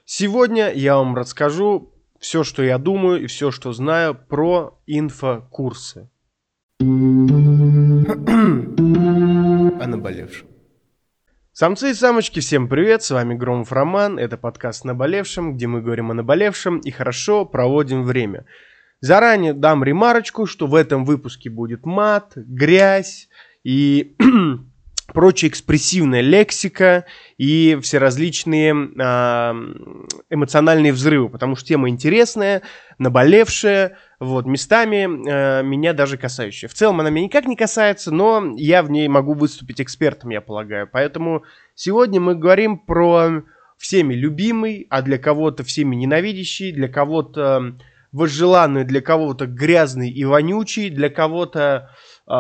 Сегодня я вам расскажу все, что я думаю и все, что знаю про инфокурсы. О наболевшем. Самцы и самочки, всем привет, с вами Громов Роман, это подкаст «Наболевшем», где мы говорим о наболевшем и хорошо проводим время. Заранее дам ремарочку, что в этом выпуске будет мат, грязь и прочая экспрессивная лексика и все различные эмоциональные взрывы, потому что тема интересная, наболевшая, вот, местами меня даже касающая. В целом она меня никак не касается, но я в ней могу выступить экспертом, я полагаю. Поэтому сегодня мы говорим про всеми любимый, а для кого-то всеми ненавидящий, для кого-то возжеланный, для кого-то грязный и вонючий, для кого-то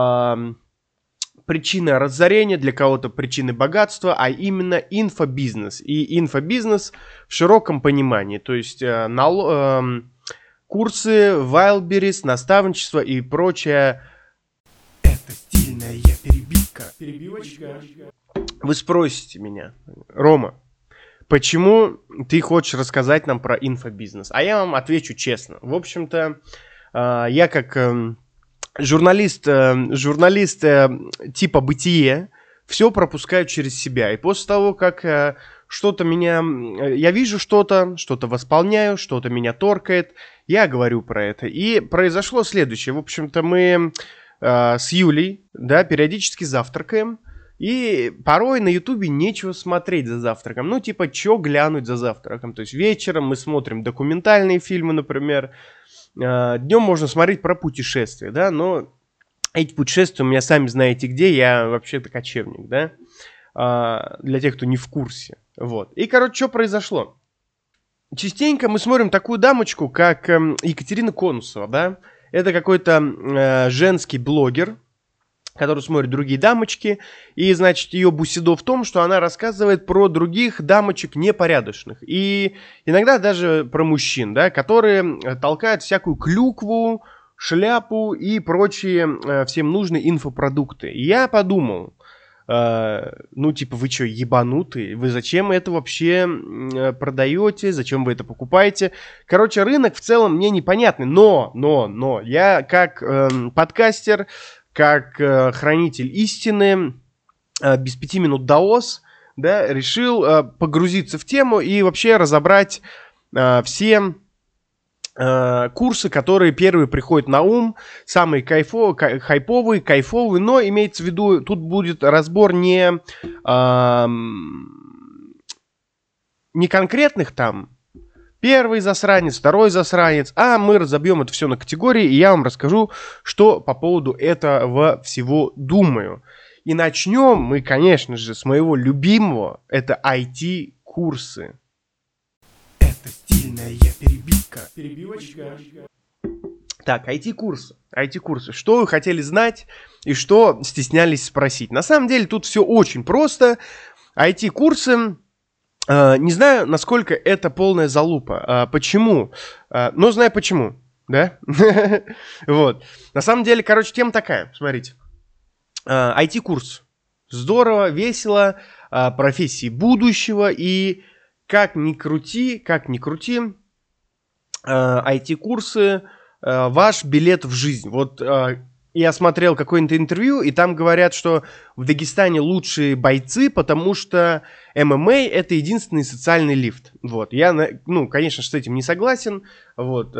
причина разорения, для кого-то причины богатства, а именно инфобизнес. И инфобизнес в широком понимании, то есть курсы, Wildberries, наставничество и прочее. Это стильная перебивка. Перебивочка. Вы спросите меня, Рома, почему ты хочешь рассказать нам про инфобизнес? А я вам отвечу честно. В общем-то, я как журналист типа «Бытие» все пропускаю через себя. И после того, как что-то меня... Я вижу что-то восполняю, что-то меня торкает, я говорю про это. И произошло следующее. В общем-то, мы с Юлей, да, периодически завтракаем. И порой на Ютубе нечего смотреть за завтраком. Ну, типа, чё глянуть за завтраком? То есть вечером мы смотрим документальные фильмы, например. Днем можно смотреть про путешествия, да, но эти путешествия у меня, сами знаете где, я вообще-то кочевник, да, для тех, кто не в курсе, вот. И, короче, что произошло? Частенько мы смотрим такую дамочку, как Екатерина Конусова, да, это какой-то женский блогер, который смотрит другие дамочки, и, значит, ее бусидо в том, что она рассказывает про других дамочек непорядочных, и иногда даже про мужчин, да, которые толкают всякую клюкву, шляпу и прочие всем нужные инфопродукты. И я подумал, ну, типа, вы что, ебанутые? Вы зачем это вообще продаете? Зачем вы это покупаете? Короче, рынок в целом мне непонятный, но я как подкастер, как хранитель истины, без 5 минут даос, да, решил погрузиться в тему и вообще разобрать все курсы, которые первые приходят на ум, самые хайповые, кайфовые, но имеется в виду, тут будет разбор не конкретных там, первый засранец, второй засранец, а мы разобьем это все на категории, и я вам расскажу, что по поводу этого всего думаю. И начнем мы, конечно же, с моего любимого, это IT-курсы. Это стильная перебивка. Перебивочка. Так, IT-курсы. IT-курсы. Что вы хотели знать и что стеснялись спросить? На самом деле тут все очень просто. IT-курсы... Не знаю, насколько это полная залупа. Почему? Но знаю почему, да? Вот. На самом деле, короче, тема такая. Смотрите. IT-курс. Здорово, весело. Профессии будущего. И как ни крути, IT-курсы ваш билет в жизнь. Вот я смотрел какое-нибудь интервью, и там говорят, что в Дагестане лучшие бойцы, потому что ММА это единственный социальный лифт. Вот. Я, ну, конечно, с этим не согласен. Вот.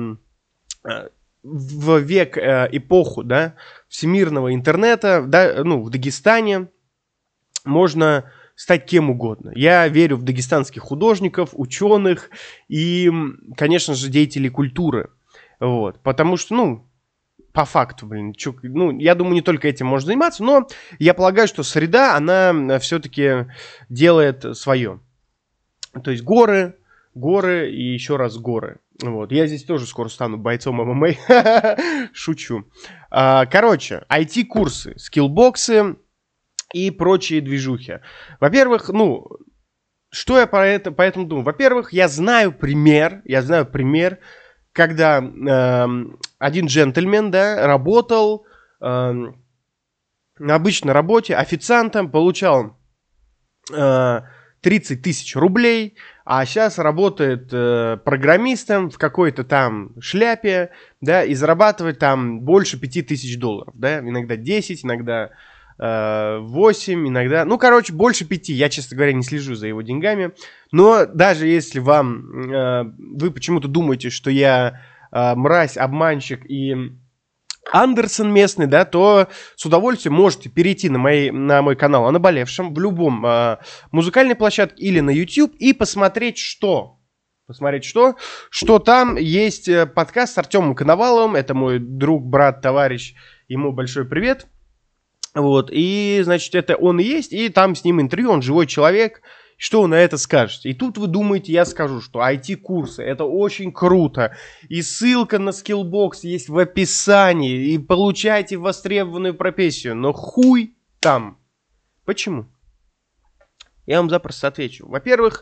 В век, эпоху, да, всемирного интернета, да, ну, в Дагестане можно стать кем угодно. Я верю в дагестанских художников, ученых и, конечно же, деятелей культуры. Вот. Потому что, ну, по факту, я думаю, не только этим можно заниматься, но я полагаю, что среда, она все-таки делает свое. То есть горы и еще раз горы. Вот. Я здесь тоже скоро стану бойцом ММА. Шучу. Короче, IT-курсы, скиллбоксы и прочие движухи. Во-первых, ну, что я поэтому думаю? Во-первых, я знаю пример, когда один джентльмен, да, работал на обычной работе официантом, получал 30 тысяч рублей, а сейчас работает программистом в какой-то там шляпе, да, и зарабатывает там больше 5000 долларов, да, иногда 10, иногда 8, иногда, ну, короче, больше 5, я, честно говоря, не слежу за его деньгами, но даже если вы почему-то думаете, что я мразь, обманщик и Андерсон местный, да, то с удовольствием можете перейти на мой канал о наболевшем в любом музыкальной площадке или на YouTube и посмотреть, что там есть подкаст с Артемом Коноваловым, это мой друг, брат, товарищ, ему большой привет. Вот, и, значит, это он и есть, и там с ним интервью, он живой человек, что вы на это скажете? И тут вы думаете, я скажу, что IT-курсы, это очень круто, и ссылка на Skillbox есть в описании, и получайте востребованную профессию, но хуй там. Почему? Я вам запросто отвечу. Во-первых,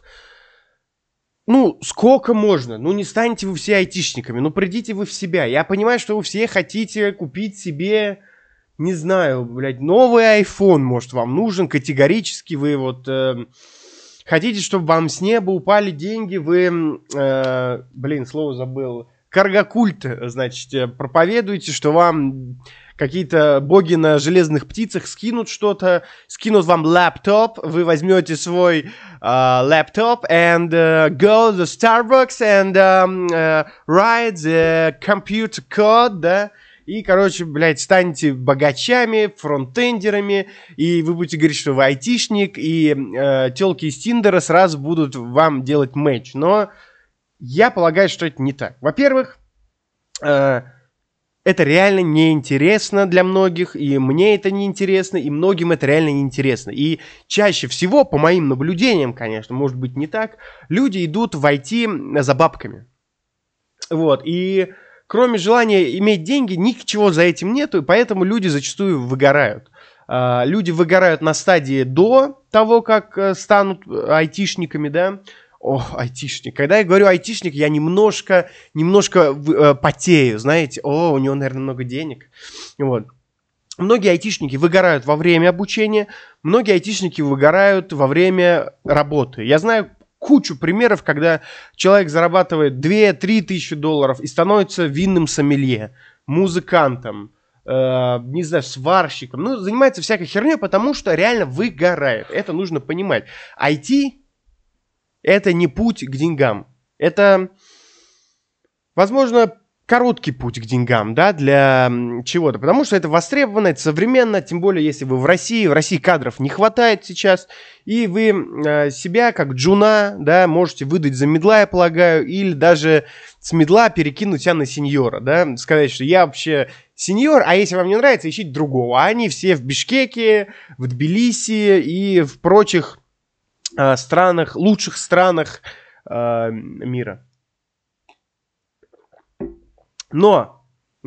ну, сколько можно? Ну, не станете вы все айтишниками, ну, придите вы в себя. Я понимаю, что вы все хотите купить себе... Не знаю, блядь, новый iPhone, может, вам нужен категорически, вы вот хотите, чтобы вам с неба упали деньги, вы, слово забыл, каргокульт, значит, проповедуете, что вам какие-то боги на железных птицах скинут что-то, скинут вам лэптоп, вы возьмете свой лэптоп and go to Starbucks and write the computer code, да, и, короче, блядь, станете богачами, фронтендерами, и вы будете говорить, что вы айтишник, и телки из Тиндера сразу будут вам делать матч. Но я полагаю, что это не так. Во-первых, это реально неинтересно для многих, и мне это неинтересно, и многим это реально неинтересно. И чаще всего, по моим наблюдениям, конечно, может быть не так, люди идут в IT за бабками. Вот, и... Кроме желания иметь деньги, ничего за этим нету, и поэтому люди зачастую выгорают. Люди выгорают на стадии до того, как станут айтишниками, да. О, айтишник. Когда я говорю айтишник, я немножко потею, знаете. О, у него, наверное, много денег. Вот. Многие айтишники выгорают во время обучения, многие айтишники выгорают во время работы. Я знаю кучу примеров, когда человек зарабатывает 2-3 тысячи долларов и становится винным сомелье, музыкантом, не знаю, сварщиком. Ну, занимается всякой херней, потому что реально выгорает. Это нужно понимать. IT – это не путь к деньгам. Это, возможно, короткий путь к деньгам, да, для чего-то. Потому что это востребовано, это современно, тем более, если вы в России. В России кадров не хватает сейчас. И вы себя, как джуна, да, можете выдать за медла, я полагаю, или даже с медла перекинуть себя на сеньора, да, сказать, что я вообще сеньор, а если вам не нравится, ищите другого. А они все в Бишкеке, в Тбилиси и в прочих странах, лучших странах мира. Но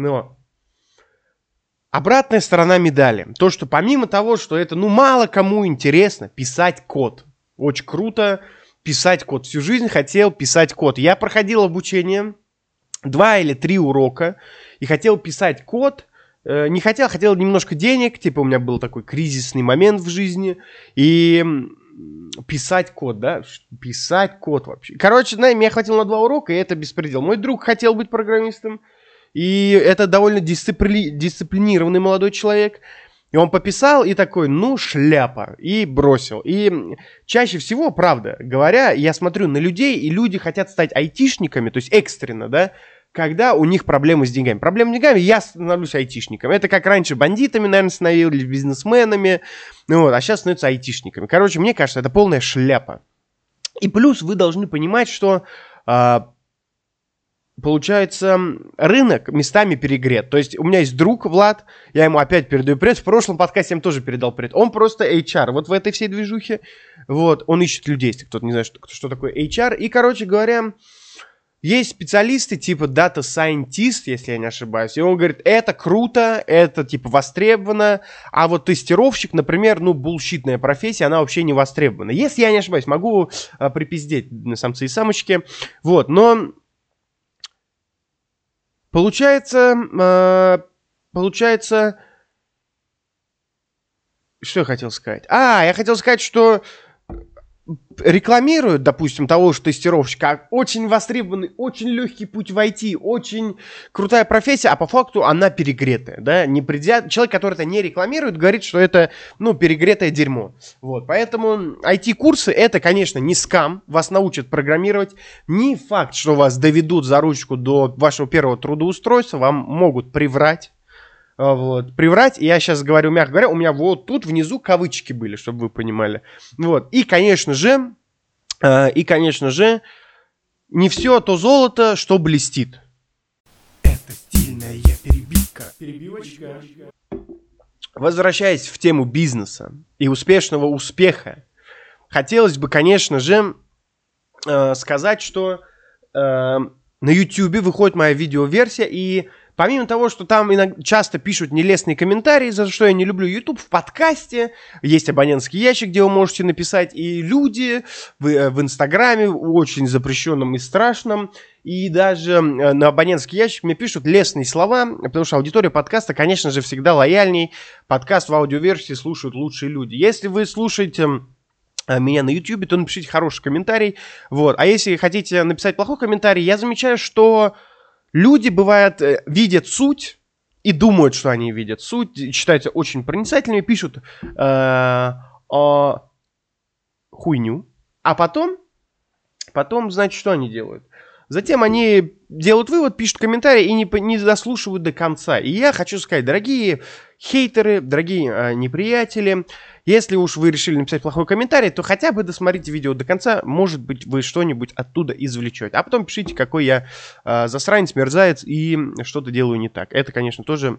обратная сторона медали. То, что помимо того, что это, мало кому интересно писать код. Очень круто писать код. Всю жизнь хотел писать код. Я проходил обучение, 2 или 3 урока, и хотел писать код. Не хотел немножко денег, типа у меня был такой кризисный момент в жизни, и писать код, да, писать код вообще. Короче, меня хватило на 2 урока, и это беспредел. Мой друг хотел быть программистом, и это довольно дисциплинированный молодой человек. И он пописал и такой, шляпа, и бросил. И чаще всего, правда говоря, я смотрю на людей, и люди хотят стать айтишниками, то есть экстренно, да, когда у них проблемы с деньгами. Проблемы с деньгами, я становлюсь айтишником. Это как раньше бандитами, наверное, становились, бизнесменами, а сейчас становятся айтишниками. Короче, мне кажется, это полная шляпа. И плюс вы должны понимать, что... Получается, рынок местами перегрет. То есть у меня есть друг Влад, я ему опять передаю привет. В прошлом подкасте я ему тоже передал привет. Он просто HR. Вот в этой всей движухе. Вот, он ищет людей, если кто-то не знает, что такое HR. И, короче говоря, есть специалисты типа Data Scientist, если я не ошибаюсь. И он говорит, это круто, это типа востребовано. А вот тестировщик, например, булщитная профессия, она вообще не востребована. Если я не ошибаюсь, могу припиздеть на самцы и самочки. Вот, но... Получается, что я хотел сказать? Я хотел сказать, что рекламируют, допустим, того же тестировщика, как очень востребованный, очень легкий путь в IT, очень крутая профессия, а по факту она перегретая, да, не придя... Человек, который это не рекламирует, говорит, что это, ну, перегретое дерьмо. Вот, поэтому IT-курсы, это, конечно, не скам, вас научат программировать, не факт, что вас доведут за ручку до вашего первого трудоустройства, вам могут приврать. Вот, приврать, я сейчас говорю, мягко говоря, у меня вот тут внизу кавычки были, чтобы вы понимали. Вот, и, конечно же, не все то золото, что блестит. Это стильная перебивка. Перебивочка. Возвращаясь в тему бизнеса и успешного успеха, хотелось бы, конечно же, сказать, что на YouTube выходит моя видеоверсия, и помимо того, что там часто пишут нелестные комментарии, за что я не люблю YouTube, в подкасте есть абонентский ящик, где вы можете написать, и люди в Инстаграме, очень запрещенном и страшном, и даже на абонентский ящик мне пишут лестные слова, потому что аудитория подкаста, конечно же, всегда лояльней. Подкаст в аудиоверсии слушают лучшие люди. Если вы слушаете меня на YouTube, то напишите хороший комментарий. Вот. А если хотите написать плохой комментарий, я замечаю, что люди, бывает, видят суть и думают, что они видят суть, считаются очень проницательными, пишут хуйню, а потом, значит, что они делают? Затем они делают вывод, пишут комментарии и не дослушивают до конца. И я хочу сказать, дорогие хейтеры, дорогие неприятели, если уж вы решили написать плохой комментарий, то хотя бы досмотрите видео до конца, может быть, вы что-нибудь оттуда извлечете. А потом пишите, какой я засранец, мерзавец и что-то делаю не так. Это, конечно, тоже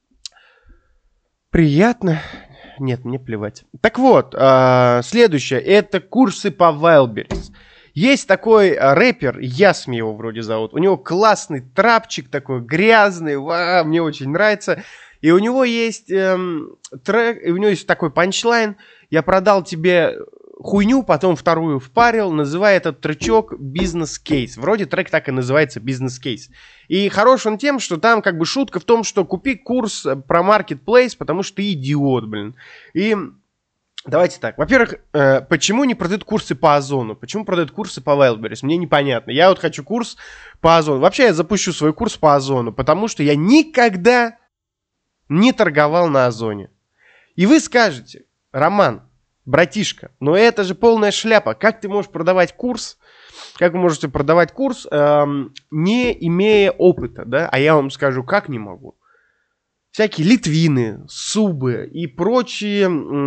приятно. Нет, мне плевать. Так вот, следующее, это курсы по Wildberries. Есть такой рэпер, Ясми его вроде зовут. У него классный трапчик такой грязный, мне очень нравится. И у него есть трек, и у него есть такой панчлайн. Я продал тебе хуйню, потом вторую впарил, называя этот тречок бизнес-кейс. Вроде трек так и называется, бизнес-кейс. И хорош он тем, что там как бы шутка в том, что купи курс про marketplace, потому что ты идиот, блин. И давайте так. Во-первых, почему не продают курсы по Озону? Почему продают курсы по Wildberries? Мне непонятно. Я вот хочу курс по Озону. Вообще я запущу свой курс по Озону, потому что я никогда не торговал на Озоне. И вы скажете, Роман, братишка, но это же полная шляпа. Как ты можешь продавать курс? Как вы можете продавать курс, не имея опыта, да? А я вам скажу, как не могу. Всякие литвины, субы и прочие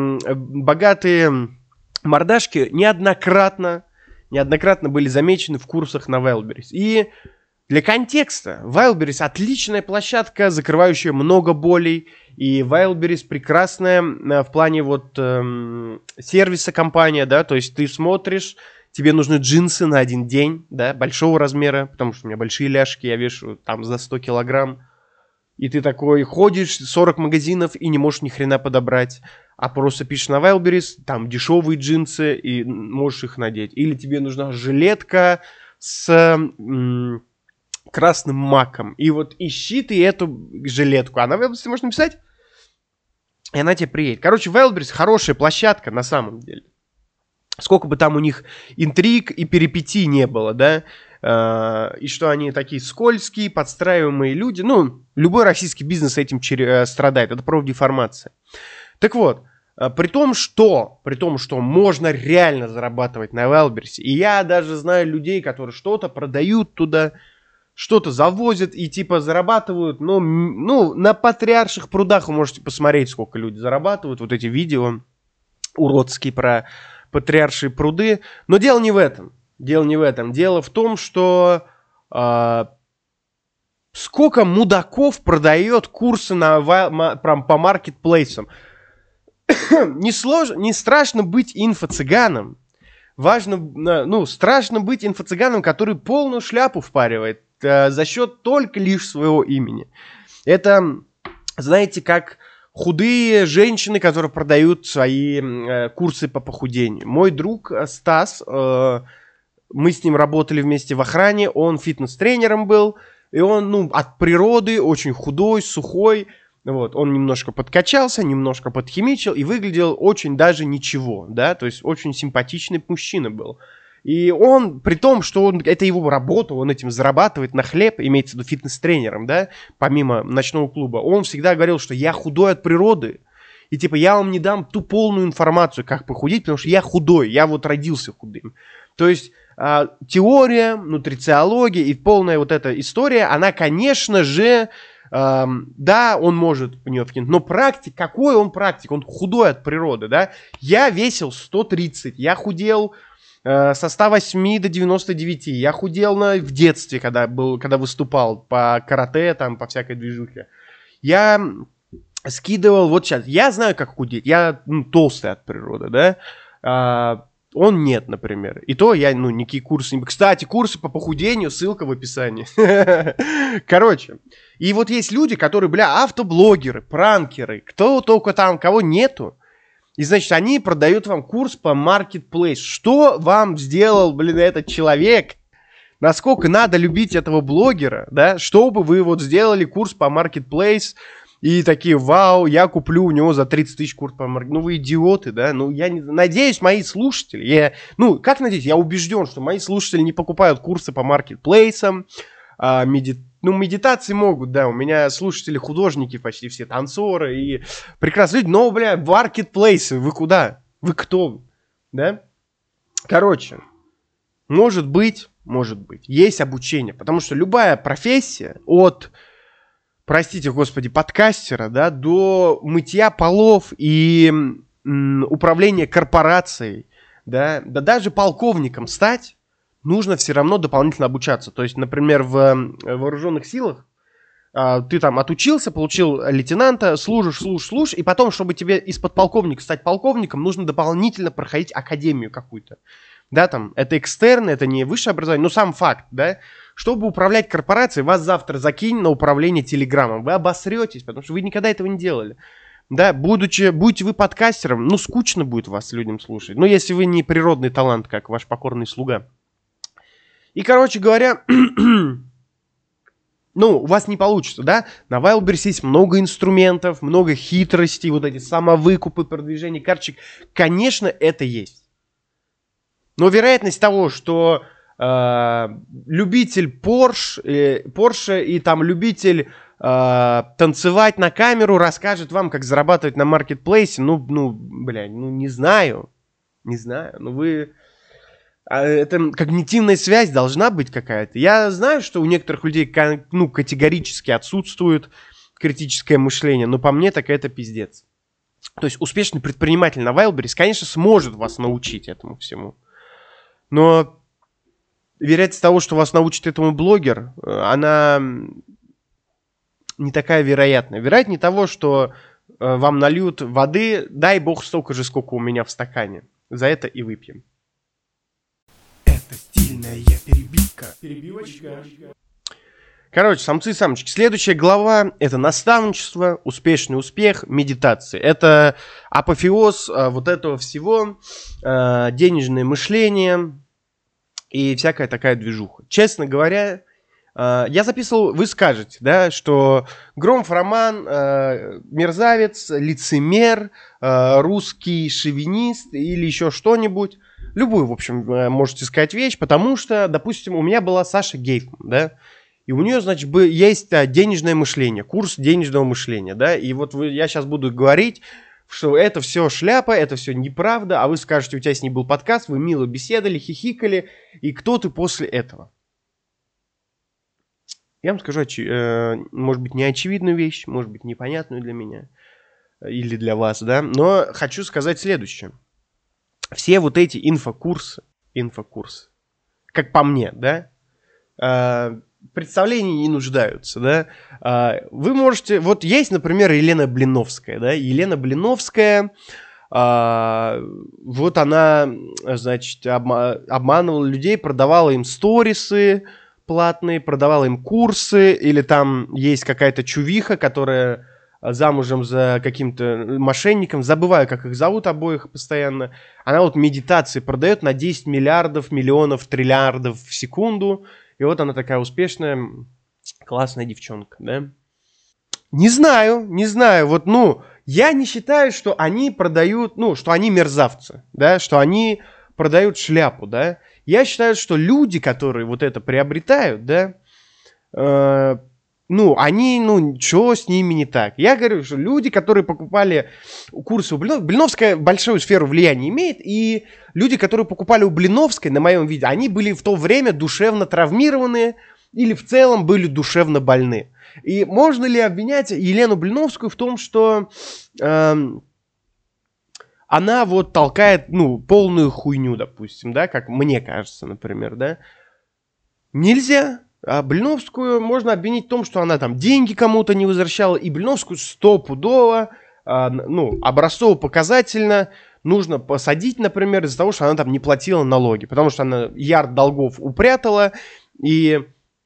богатые мордашки неоднократно были замечены в курсах на Wildberries. И для контекста, Wildberries отличная площадка, закрывающая много болей. И Wildberries прекрасная в плане вот сервиса компания, да, то есть ты смотришь, тебе нужны джинсы на один день, да, большого размера, потому что у меня большие ляжки, я вешу там за 100 килограмм. И ты такой ходишь, 40 магазинов, и не можешь ни хрена подобрать. А просто пишешь на Wildberries, там дешевые джинсы, и можешь их надеть. Или тебе нужна жилетка с красным маком. И вот ищи ты эту жилетку. А на Wildberries можно написать, и она тебе приедет. Короче, Wildberries хорошая площадка на самом деле. Сколько бы там у них интриг и перипетий не было, да, и что они такие скользкие, подстраиваемые люди. Ну, любой российский бизнес этим страдает. Это профдеформация. Так вот, при том, что можно реально зарабатывать на Wildberries, и я даже знаю людей, которые что-то продают туда, что-то завозят и типа зарабатывают, ну, на Патриарших прудах вы можете посмотреть, сколько люди зарабатывают, вот эти видео уродские про Патриаршие пруды. Но дело не в этом. Дело в том, что сколько мудаков продает курсы по маркетплейсам. Не страшно быть инфо-цыганом. Страшно быть инфо-цыганом, который полную шляпу впаривает за счет только лишь своего имени. Это, знаете, как худые женщины, которые продают свои курсы по похудению. Мой друг Стас, мы с ним работали вместе в охране, он фитнес-тренером был, и он, от природы очень худой, сухой, Вот, он немножко подкачался, немножко подхимичил и выглядел очень даже ничего, да, то есть очень симпатичный мужчина был. И он, при том, что это его работа, он этим зарабатывает на хлеб, имеется в виду фитнес-тренером, да, помимо ночного клуба, он всегда говорил, что я худой от природы, и типа я вам не дам ту полную информацию, как похудеть, потому что я худой, я вот родился худым. То есть теория, нутрициология и полная вот эта история, она, конечно же, да, он может в нее вкинуть, но практик, какой он практик? Он худой от природы, да? Я весил 130, я худел со 108 до 99, я худел в детстве, когда выступал по карате, там, по всякой движухе. Я скидывал, вот сейчас, я знаю, как худеть, я толстый от природы, да? Он нет, например. И то я, никакие курсы не... Кстати, курсы по похудению, ссылка в описании. Короче, и вот есть люди, которые, автоблогеры, пранкеры, кто только там, кого нету. И, значит, они продают вам курс по Marketplace. Что вам сделал, этот человек? Насколько надо любить этого блогера, да? Чтобы вы вот сделали курс по Marketplace... И такие, вау, я куплю у него за 30 тысяч курс по маркетингу. Ну, вы идиоты, да? Я надеюсь, мои слушатели, как надеюсь, я убежден, что мои слушатели не покупают курсы по маркетплейсам. Медитации могут, да, у меня слушатели художники почти все, танцоры и прекрасные люди. Но, маркетплейсы, вы куда? Вы кто? Да? Короче, может быть, есть обучение, потому что любая профессия от... простите, господи, подкастера, да, до мытья полов и управления корпорацией, да, даже полковником стать, нужно все равно дополнительно обучаться. То есть, например, в вооруженных силах ты там отучился, получил лейтенанта, служишь, и потом, чтобы тебе из подполковника стать полковником, нужно дополнительно проходить академию какую-то. Да, там, это экстерн, это не высшее образование, но сам факт, да. Чтобы управлять корпорацией, вас завтра закинь на управление телеграммом. Вы обосретесь, потому что вы никогда этого не делали. Да, будете вы подкастером, скучно будет вас людям слушать. Если вы не природный талант, как ваш покорный слуга. И, короче говоря, у вас не получится, да? На Wildberries есть много инструментов, много хитростей, вот эти самовыкупы, продвижение карточек. Конечно, это есть. Но вероятность того, что любитель Porsche и там любитель танцевать на камеру расскажет вам, как зарабатывать на маркетплейсе, не знаю. Это когнитивная связь должна быть какая-то. Я знаю, что у некоторых людей, категорически отсутствует критическое мышление, но по мне так это пиздец. То есть успешный предприниматель на Wildberries, конечно, сможет вас научить этому всему. Но вероятность того, что вас научит этому блогер, она не такая вероятная. Вероятнее того, что вам нальют воды, дай бог столько же, сколько у меня в стакане. За это и выпьем. Это стильная перебивка. Перебивочка. Короче, самцы и самочки. Следующая глава — это наставничество, успешный успех, медитации. Это апофеоз вот этого всего, денежное мышление и всякая такая движуха. Честно говоря, я записывал, вы скажете, да, что Громов Роман мерзавец, лицемер, русский шовинист или еще что-нибудь. Любую, в общем, можете сказать вещь, потому что, допустим, у меня была Саша Гейфман, да, и у нее, значит, есть денежное мышление, курс денежного мышления, да, и вот я сейчас буду говорить, что это все шляпа, это все неправда, а вы скажете, у тебя с ней был подкаст, вы мило беседовали, хихикали, и кто ты после этого? Я вам скажу, может быть, неочевидную вещь, может быть, непонятную для меня или для вас, да, но хочу сказать следующее. Все вот эти инфокурсы, как по мне, да, представления не нуждаются, да. Вы можете... Вот есть, например, Елена Блиновская, да. Елена Блиновская, вот она, значит, обманывала людей, продавала им сторисы платные, продавала им курсы, или там есть какая-то чувиха, которая замужем за каким-то мошенником, забываю, как их зовут обоих постоянно. Она вот медитации продает на 10 миллиардов, миллионов, триллиардов в секунду. И вот она такая успешная, классная девчонка, да. Не знаю, не знаю. Вот, ну, я не считаю, что они продают, ну, что они мерзавцы, да, что они продают шляпу, да. Я считаю, что люди, которые вот это приобретают, да, ну, они, ну, что с ними не так? Я говорю, что люди, которые покупали курсы у Блиновской, Блиновская большую сферу влияния имеет, и люди, которые покупали у Блиновской, на моем виде, они были в то время душевно травмированные или в целом были душевно больны. И можно ли обвинять Елену Блиновскую в том, что она вот толкает, ну, полную хуйню, допустим, да, как мне кажется, например, да? Нельзя. А Блиновскую можно обвинить в том, что она там деньги кому-то не возвращала, и Блиновскую стопудово, ну, образцово-показательно нужно посадить, например, из-за того, что она там не платила налоги, потому что она ярд долгов упрятала, и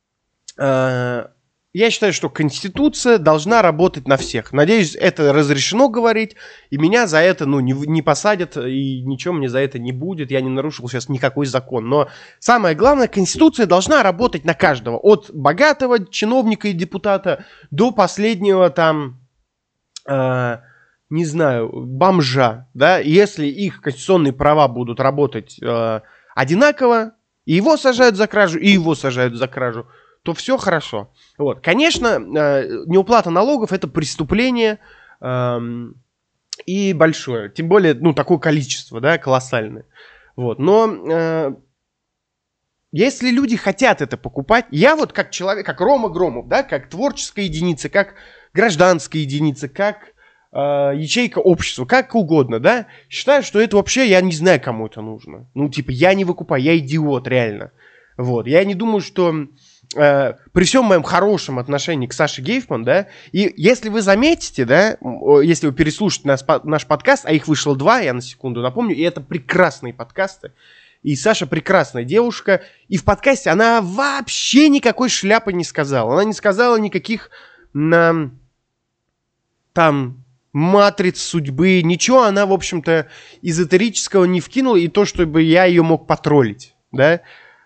я считаю, что Конституция должна работать на всех. Надеюсь, это разрешено говорить, и меня за это, ну, не посадят, и ничего мне за это не будет. Я не нарушил сейчас никакой закон. Но самое главное, Конституция должна работать на каждого. От богатого чиновника и депутата до последнего там, не знаю, бомжа. Да? Если их конституционные права будут работать одинаково, и его сажают за кражу, и его сажают за кражу, то все хорошо. Вот. Конечно, неуплата налогов — это преступление и большое. Тем более, ну, такое количество, да, колоссальное. Вот. Но если люди хотят это покупать, я вот как человек, как Рома Громов, да, как творческая единица, как гражданская единица, как ячейка общества, как угодно, да, считаю, что это вообще, я не знаю, кому это нужно. Ну, типа, я не выкупаю, я идиот, реально. Вот. Я не думаю, что при всем моем хорошем отношении к Саше Гейфман, да, и если вы заметите, да, если вы переслушаете наш подкаст, а их вышло 2, я на секунду напомню, и это прекрасные подкасты, и Саша прекрасная девушка, и в подкасте она вообще никакой шляпы не сказала, она не сказала никаких там матриц судьбы, ничего она, в общем-то, эзотерического не вкинула, и то, чтобы я ее мог потроллить, да.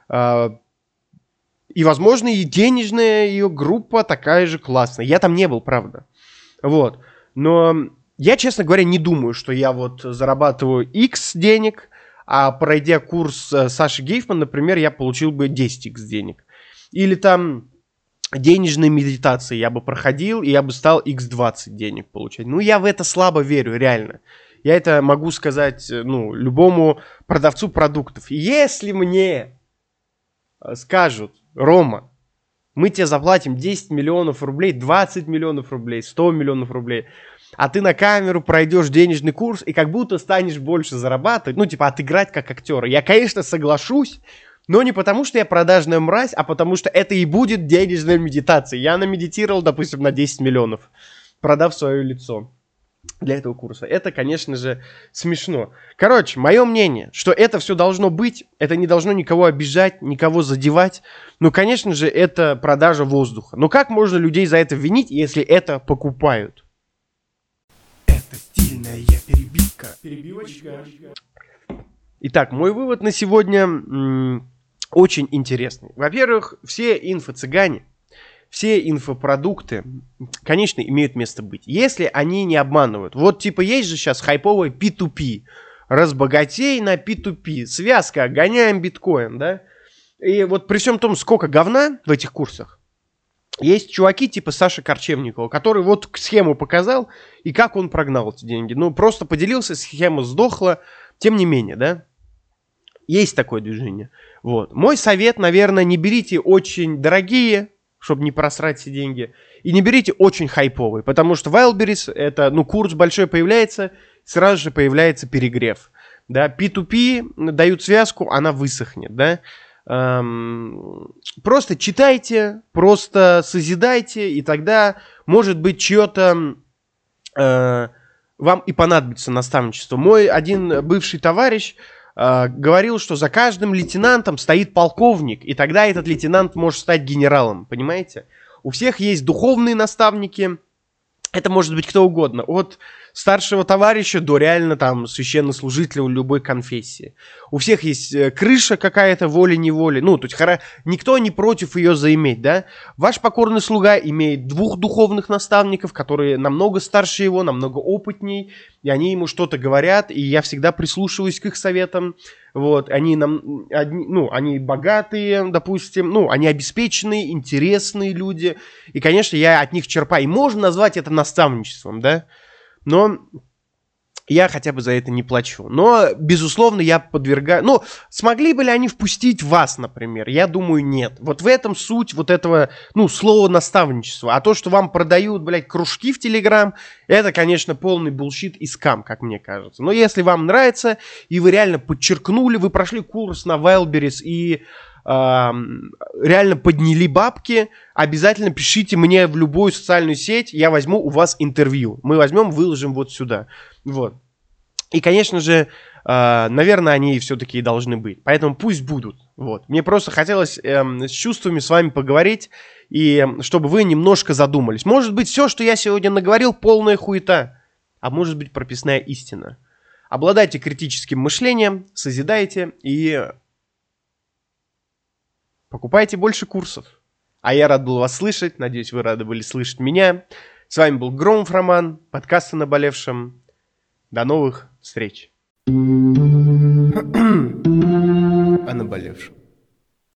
И, возможно, и денежная ее группа такая же классная. Я там не был, правда. Вот. Но я, честно говоря, не думаю, что я вот зарабатываю X денег, а пройдя курс Саши Гейфман, например, я получил бы 10X денег. Или там денежные медитации я бы проходил, и я бы стал X20 денег получать. Ну, я в это слабо верю, реально. Я это могу сказать, ну, любому продавцу продуктов. Если мне скажут: Рома, мы тебе заплатим 10 миллионов рублей, 20 миллионов рублей, 100 миллионов рублей, а ты на камеру пройдешь денежный курс и как будто станешь больше зарабатывать, ну, типа, отыграть как актера. Я, конечно, соглашусь, но не потому, что я продажная мразь, а потому, что это и будет денежная медитация. Я намедитировал, допустим, на 10 миллионов, продав свое лицо для этого курса. Это, конечно же, смешно. Короче, мое мнение, что это все должно быть, это не должно никого обижать, никого задевать. Ну, конечно же, это продажа воздуха. Но как можно людей за это винить, если это покупают? Это стильная перебивка. Перебивочка. Итак, мой вывод на сегодня очень интересный. Во-первых, все инфо-цыгане, все инфопродукты, конечно, имеют место быть, если они не обманывают. Вот типа есть же сейчас хайповый P2P. Разбогатей на P2P. Связка, гоняем биткоин, да? И вот при всем том, сколько говна в этих курсах, есть чуваки типа Саши Корчевникова, который вот схему показал, и как он прогнал эти деньги. Ну, просто поделился, схема сдохла, тем не менее, да? Есть такое движение. Вот. Мой совет, наверное, не берите очень дорогие, чтобы не просрать все деньги, и не берите очень хайповые, потому что Wildberries, это, ну, курс большой появляется, сразу же появляется перегрев. Да? P2P дают связку, она высохнет, да? Просто читайте, просто созидайте, и тогда, может быть, чье-то вам и понадобится наставничество. Мой один бывший товарищ говорил, что за каждым лейтенантом стоит полковник, и тогда этот лейтенант может стать генералом, понимаете? У всех есть духовные наставники, Это может быть кто угодно, от старшего товарища до реально там священнослужителя любой конфессии. У всех есть крыша какая-то, волей-неволей. Ну, то есть никто не против ее заиметь, да. Ваш покорный слуга имеет 2 духовных наставников, которые намного старше его, намного опытней, и они ему что-то говорят, и я всегда прислушиваюсь к их советам. Вот, они богатые, допустим, они обеспеченные, интересные люди. И, конечно, я от них черпаю. И можно назвать это наставничеством, да? Но я хотя бы за это не плачу. Но, безусловно, я подвергаю... смогли бы ли они впустить вас, например? Я думаю, нет. Вот в этом суть вот этого, слова наставничества. А то, что вам продают, кружки в Телеграм, это, конечно, полный булшит и скам, как мне кажется. Но если вам нравится, и вы реально подчеркнули, вы прошли курс на Wildberries и реально подняли бабки, обязательно пишите мне в любую социальную сеть, я возьму у вас интервью. Мы возьмем, выложим вот сюда. Вот. И, конечно же, наверное, они все-таки и должны быть. Поэтому пусть будут. Вот. Мне просто хотелось с чувствами с вами поговорить, и чтобы вы немножко задумались. Может быть, все, что я сегодня наговорил, полная хуета, а может быть, прописная истина. Обладайте критическим мышлением, созидайте и покупайте больше курсов. А я рад был вас слышать. Надеюсь, вы рады были слышать меня. С вами был Громов Роман, подкаст о наболевшем. До новых встреч. О наболевшем.